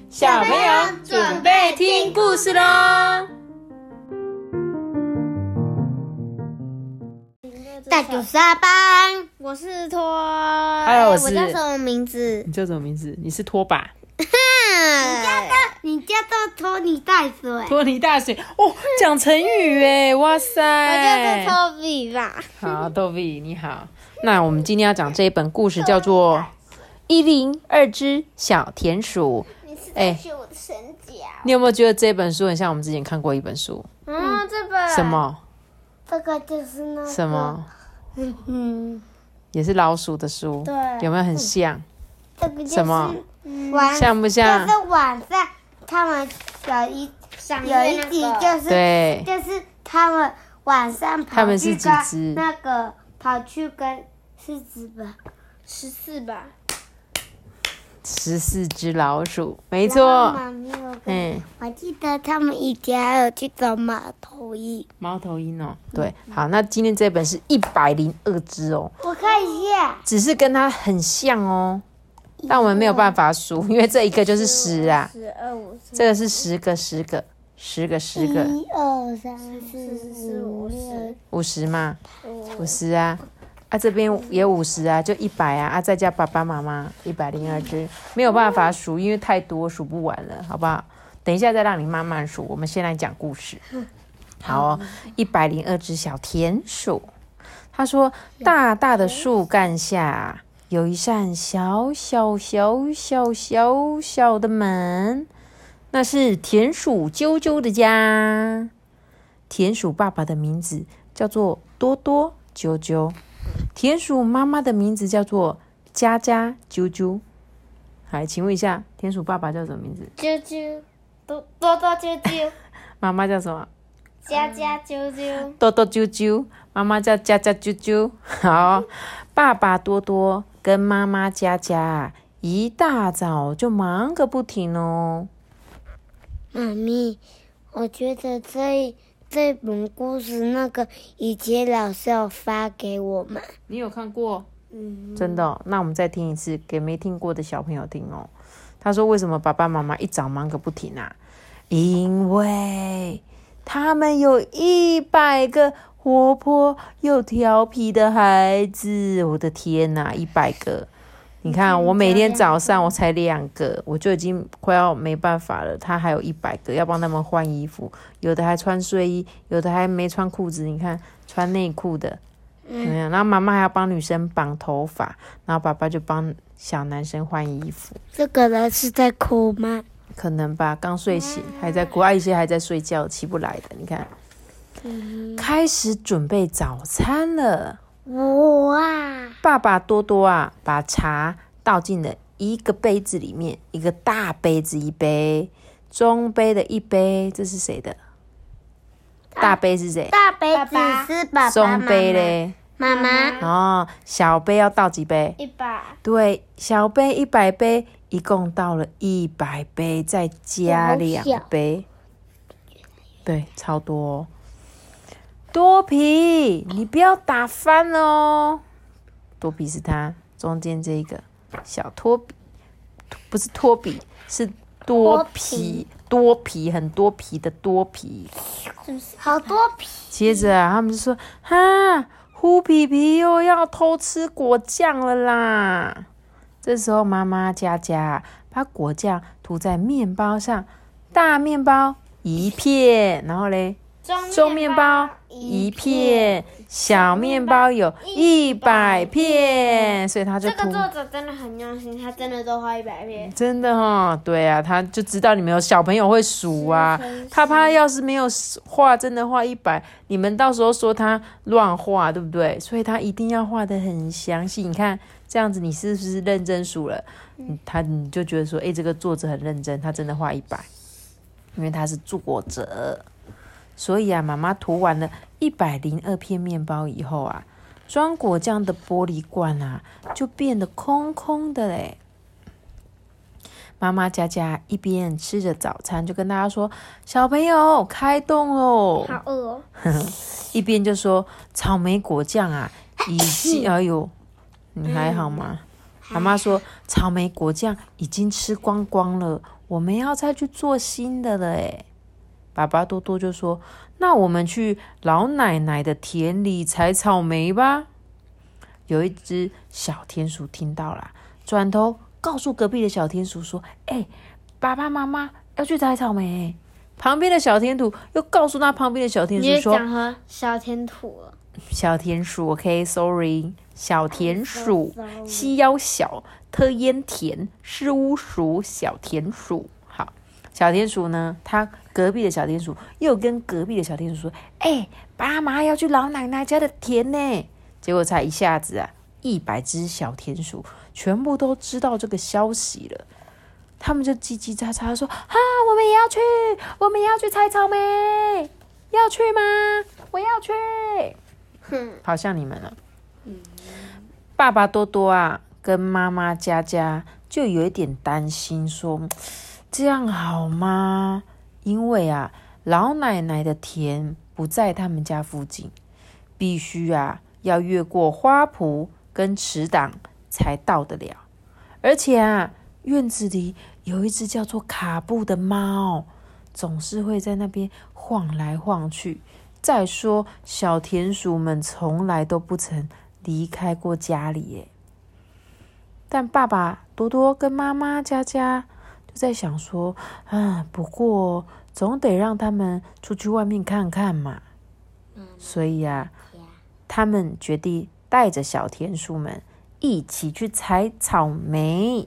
小朋友准备听故事咯。 大九沙班，我是托。我叫什么名字？ 你叫什么名字？你是拖把。 你叫做拖泥带水。 拖泥带水哦，讲成语耶！哇塞！ 我叫做托比吧。 好，托比你好。那我们今天要讲这一本故事叫做102只小田鼠。 你是在学我的身脚。 你有没有觉得这本书很像我们之前看过一本书？ 这本什么？ 这个就是那个什么？也是老鼠的书。 对， 有没有很像？ 这个就是什么？ 晚像不像？ 就是晚上他们有一集就是他们晚上他们是几只？ 那个跑去跟4只吧，14吧 ，14只老鼠，没错。我记得他们以前还有去找猫头鹰。 猫头鹰哦，对，好，那今天这本是102只哦。 我看一下， 只是跟它很像哦，但我们没有办法数，因为这一个就是10啊。 12、15， 这个是10个，10个，10个，10个。 1、2、3、4、5、 50嘛，50啊。这边也50啊，就100啊，再加爸爸妈妈102只，没有办法数，因为太多数不完了，好不好？等一下再让你慢慢数，我们先来讲故事。好哦，102只小田鼠。他说，大大的树干下有一扇小小的门，那是田鼠啾啾的家。田鼠爸爸的名字叫做多多啾啾。田鼠妈妈的名字叫做佳佳啾啾。来，请问一下，田鼠爸爸叫什么名字？ 啾啾，多多啾啾。 妈妈叫什么？ 佳佳啾啾。 多多啾啾。妈妈叫佳佳啾啾。好，爸爸多多跟妈妈佳佳一大早就忙个不停哦。 妈咪，我觉得这本故事那个以前老师有发给我们。 你有看过？真的哦？那我们再听一次，给没听过的小朋友听哦。他说，为什么爸爸妈妈一早忙个不停啊？因为他们有100个活泼又调皮的孩子。我的天哪，100个！你看，我每天早上我才2个，我就已经快要没办法了。他还有100个，要帮他们换衣服，有的还穿睡衣，有的还没穿裤子。你看，穿内裤的，然后妈妈还要帮女生绑头发，然后爸爸就帮小男生换衣服。 这个人是在哭吗？ 可能吧，刚睡醒，还在哭，一些还在睡觉，起不来的。你看，开始准备早餐了。 哇！ 爸爸多多啊，把茶倒进了一个杯子里面，一个大杯子1杯，中杯的1杯，这是谁的？大杯是谁？ 大杯子是爸爸。 中杯嘞？ 妈妈。 哦，小杯要倒几杯 ？100。 对，小杯100杯，一共倒了100杯，再加2杯。对，超多哦。多皮，你不要打翻了哦。多皮是他中间这一个小托比，不是托比，是多皮，多皮很多皮的多皮， 好多皮。 接着他们就说：“哈，虎皮皮又要偷吃果酱了啦！”这时候妈妈佳佳把果酱涂在面包上，大面包1片，然后嘞。中面包1片，小面包有100片，所以他就这个作者真的很用心，他真的都画100片。 真的哦，对啊，他就知道你们有小朋友会数啊，他怕要是没有画，真的画100，你们到时候说他乱画，对不对？所以他一定要画得很详细。你看这样子，你是不是认真数了？你就觉得说，这个作者很认真，他真的画100，因为他是作者。所以啊，妈妈涂完了102片面包以后啊，装果酱的玻璃罐啊，就变得空空的嘞。妈妈佳佳一边吃着早餐，就跟大家说：“小朋友，开动喽！” 好饿哦。 一边就说：“草莓果酱啊，已经……哎呦，你还好吗？”妈妈说：“草莓果酱已经吃光光了， 我们要再去做新的了诶。爸爸多多就说，那我们去老奶奶的田里采草莓吧。有一只小田鼠听到了，转头告诉隔壁的小田鼠说，爸爸妈妈要去采草莓。旁边的小田鼠又告诉他旁边的小田鼠说， 你讲和小田鼠了。 小田鼠 ，OK，sorry，小田鼠，细腰小，特腌甜，是乌鼠，小田鼠。好，小田鼠呢，他隔壁的小田鼠又跟隔壁的小田鼠说，爸妈要去老奶奶家的田呢。结果才一下子啊，100只小田鼠全部都知道这个消息了。他们就叽叽喳喳说，我们也要去，我们也要去采草莓，要去吗？我要去。好像你们了。爸爸多多啊，跟妈妈佳佳就有一点担心说，这样好吗？因为啊，老奶奶的田不在他们家附近，必须啊要越过花圃跟池塘才到得了。而且啊，院子里有一只叫做卡布的猫，总是会在那边晃来晃去。再说，小田鼠们从来都不曾离开过家里耶。但爸爸多多跟妈妈佳佳就在想说，不过总得让他们出去外面看看嘛。所以啊，他们决定带着小田鼠们一起去采草莓。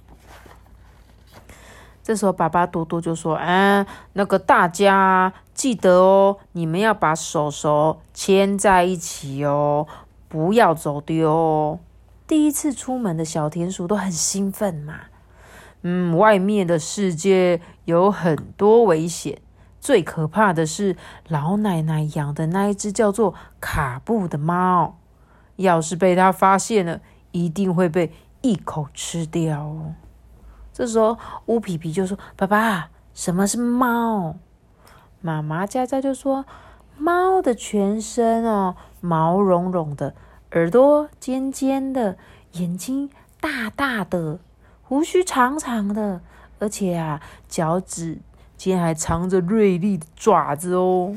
这时候爸爸多多就说，那个大家记得哦，你们要把手牵在一起哦，不要走丢哦。第一次出门的小田鼠都很兴奋嘛。外面的世界有很多危险，最可怕的是老奶奶养的那一只叫做卡布的猫，要是被它发现了，一定会被一口吃掉哦。这时候乌皮皮就说，爸爸，什么是猫？妈妈佳佳就说，猫的全身毛茸茸的，耳朵尖尖的，眼睛大大的，胡须长长的，而且啊，脚趾间还藏着锐利的爪子哦。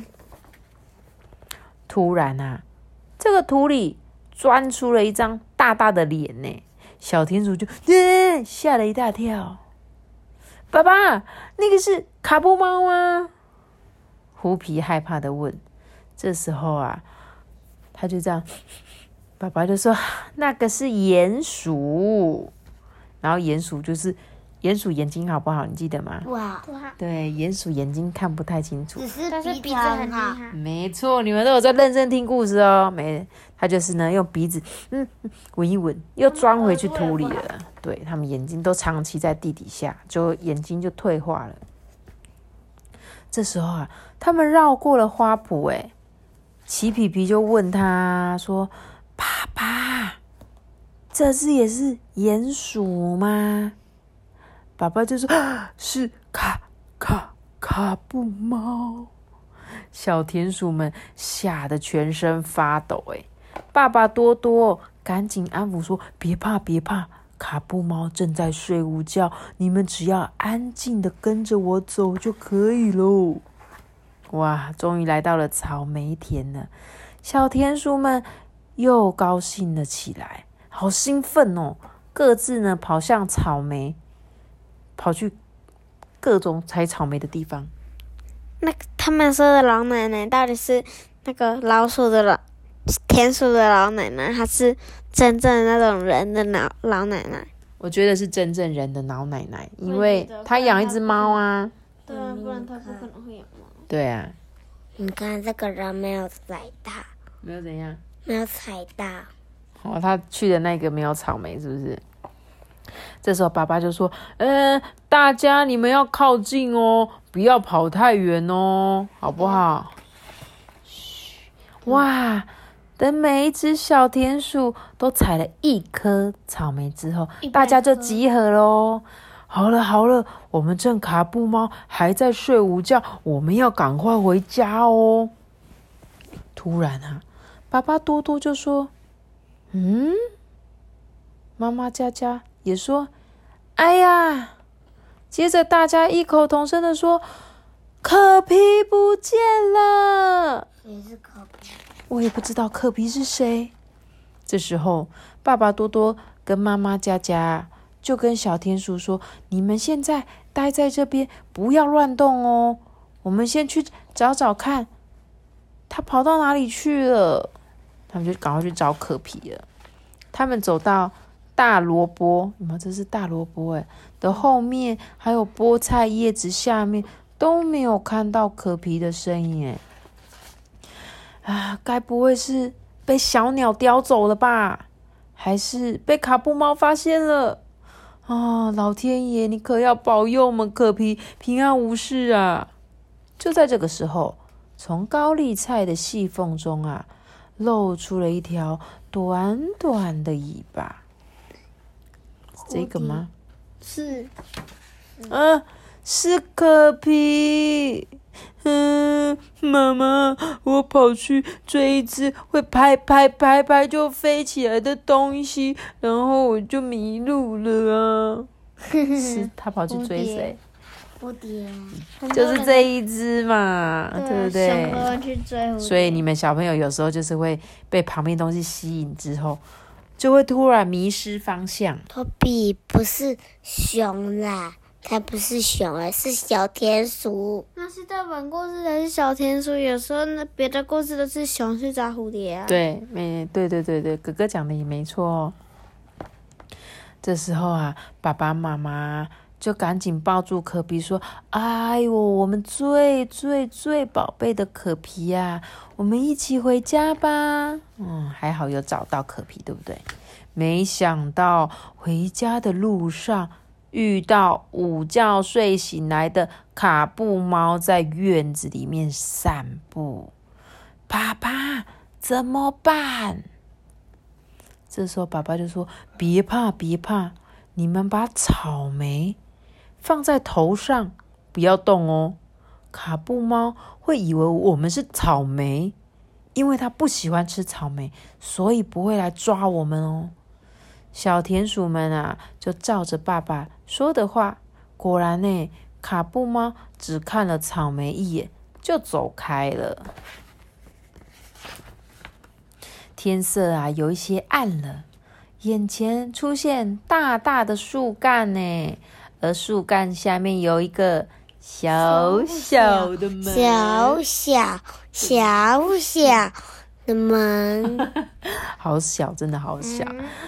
突然啊，这个土里钻出了一张大大的脸呢，小田鼠就吓了一大跳。爸爸，那个是卡布猫啊？胡皮害怕的问。这时候啊，他就这样，爸爸就说那个是鼹鼠。然后鼹鼠眼睛好不好？你记得吗？ 哇， 对，鼹鼠眼睛看不太清楚， 但是鼻子很厉害。 没错，你们都有在认真听故事哦。他就是呢用鼻子闻一闻，又钻回去土里了。对，他们眼睛都长期在地底下，眼睛就退化了。这时候啊，他们绕过了花圃，奇皮皮就问他说：“爸爸，这只也是鼹鼠吗？”爸爸就说：“是卡布猫。”小田鼠们吓得全身发抖。爸爸多多赶紧安抚说：“别怕，别怕，卡布猫正在睡午觉，你们只要安静的跟着我走就可以咯。”哇，终于来到了草莓田了，小田鼠们又高兴了起来，好兴奋哦！各自呢跑向草莓，跑去各种采草莓的地方。 那他们说的老奶奶到底是那个田鼠的老奶奶，还是真正的那种人的老奶奶？ 我觉得是真正人的老奶奶，因为她养一只猫啊。 对啊，不然她不可能会养猫。 对啊。 你看这个人没有踩到。 没有怎样？ 没有踩到。 他去的那个没有草莓，是不是？这时候爸爸就说：“大家你们要靠近哦，不要跑太远哦，好不好？”嘘，哇！等每一只小田鼠都采了1颗草莓之后，大家就集合咯。好了，我们趁卡布猫还在睡午觉，我们要赶快回家哦。突然啊，爸爸多多就说：“妈妈佳佳也说，哎呀， 接着大家异口同声的说：“可皮不见了！” 谁是可皮？ 我也不知道可皮是谁。这时候，爸爸多多跟妈妈佳佳就跟小田鼠说：“你们现在待在这边，不要乱动哦。我们先去找找看，他跑到哪里去了。”他们就赶快去找可皮了。他们走到大萝卜，有没有？这是大萝卜的后面，还有菠菜叶子下面都没有看到可皮的身影该不会是被小鸟叼走了吧？还是被卡布猫发现了？老天爷，你可要保佑我们可皮平安无事啊！就在这个时候，从高丽菜的细缝中露出了一条短短的尾巴。这个吗？ 是。 是可皮。妈妈，我跑去追一只会拍拍拍拍就飞起来的东西，然后我就迷路了是他跑去追谁？ 蝴蝶。 就是这一只嘛，对不对？ 想要去追蝴蝶。 所以你们小朋友有时候就是会被旁边东西吸引之后，就会突然迷失方向。 托比不是熊啦。它不是熊是小田鼠。那是这本故事才是小田鼠，有时候别的故事都是熊去抓蝴蝶啊。 对，对，哥哥讲的也没错这时候爸爸妈妈就赶紧抱住可皮说：“哎呦，我们最最最宝贝的可皮我们一起回家吧。”还好有找到可皮，对不对？没想到回家的路上，遇到午觉睡醒来的卡布猫在院子里面散步。爸爸，怎么办？这时候爸爸就说：“别怕，别怕，你们把草莓放在头上，不要动哦。卡布猫会以为我们是草莓，因为它不喜欢吃草莓，所以不会来抓我们哦。”小田鼠们就照着爸爸说的话，果然呢，卡布猫只看了草莓一眼就走开了。天色有一些暗了，眼前出现大大的树干呢，而树干下面有一个小小的门， 小的门， 好小，真的好小。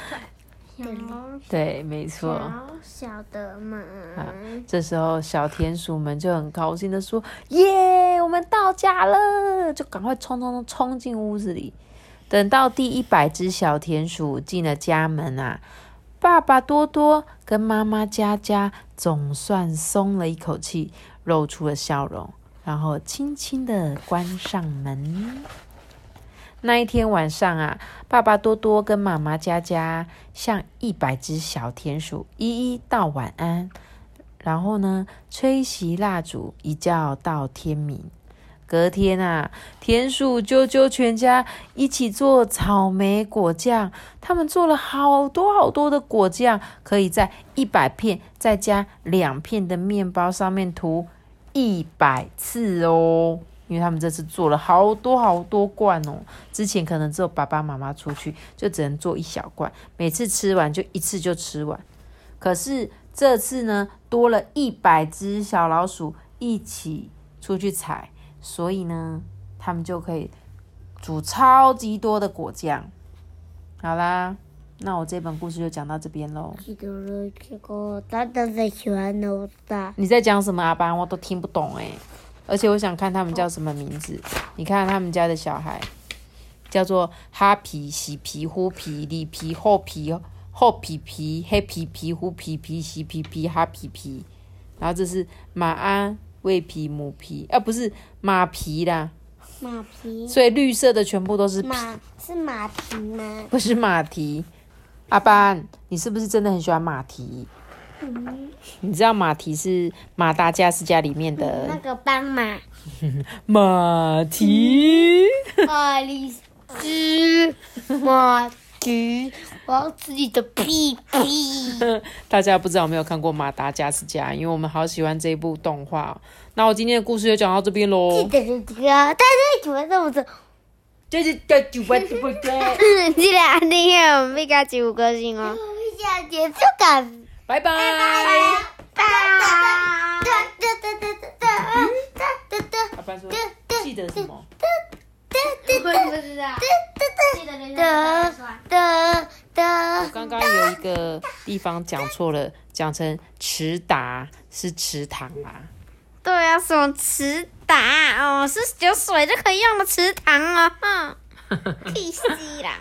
对，没错， 小的门。 这时候小田鼠们就很高兴的说：“耶，我们到家了！”就赶快冲进屋子里。等到第100只小田鼠进了家门爸爸多多跟妈妈佳佳总算松了一口气，露出了笑容，然后轻轻的关上门。那一天晚上爸爸多多跟妈妈佳佳向100只小田鼠一一道晚安，然后呢，吹熄蜡烛，一觉到天明。隔天田鼠啾啾全家一起做草莓果酱，他们做了好多好多的果酱，可以在100片再加2片的面包上面涂100次哦。因为他们这次做了好多好多罐哦，之前可能只有爸爸妈妈出去就只能做一小罐，每次吃完就一次就吃完。可是这次呢，多了100只小老鼠一起出去采，所以呢，他们就可以煮超级多的果酱。好啦，那我这本故事就讲到这边咯。你在讲什么班？我都听不懂而且我想看他们叫什么名字。你看他们家的小孩叫做哈皮、喜皮、虎皮、里皮、厚皮、厚皮皮、黑皮皮、虎皮皮、喜皮皮、哈皮皮。然后这是马鞍、喂皮、母皮，不是马皮啦。 马皮。 所以绿色的全部都是皮。 是马蹄吗？ 不是马蹄。阿班，你是不是真的很喜欢马蹄？你知道马蹄是马达加斯加里面的那个斑马马蹄， 爱丽丝马蹄。 我要吃你的屁屁。 大家不知道有没有看过马达加斯加？因为我们好喜欢这一部动画哦。那我今天的故事就讲到这边喽。 但是主要这么多。 这是个主播主播的。 这俩你看我们比较5颗星哦。我想结束感。 拜拜。阿爸说记得什么？ 我不知道。 我刚刚有一个地方讲错了，讲成池达是池塘啊。 对啊，什么池达哦，是有水就可以用的池塘啊。屁死啦！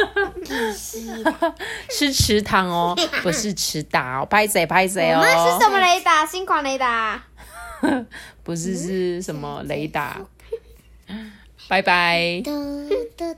是池塘哦，不是池达哦，拍谁哦。 我们是什么雷达？新款雷达？ 不是，是什么雷达？拜拜。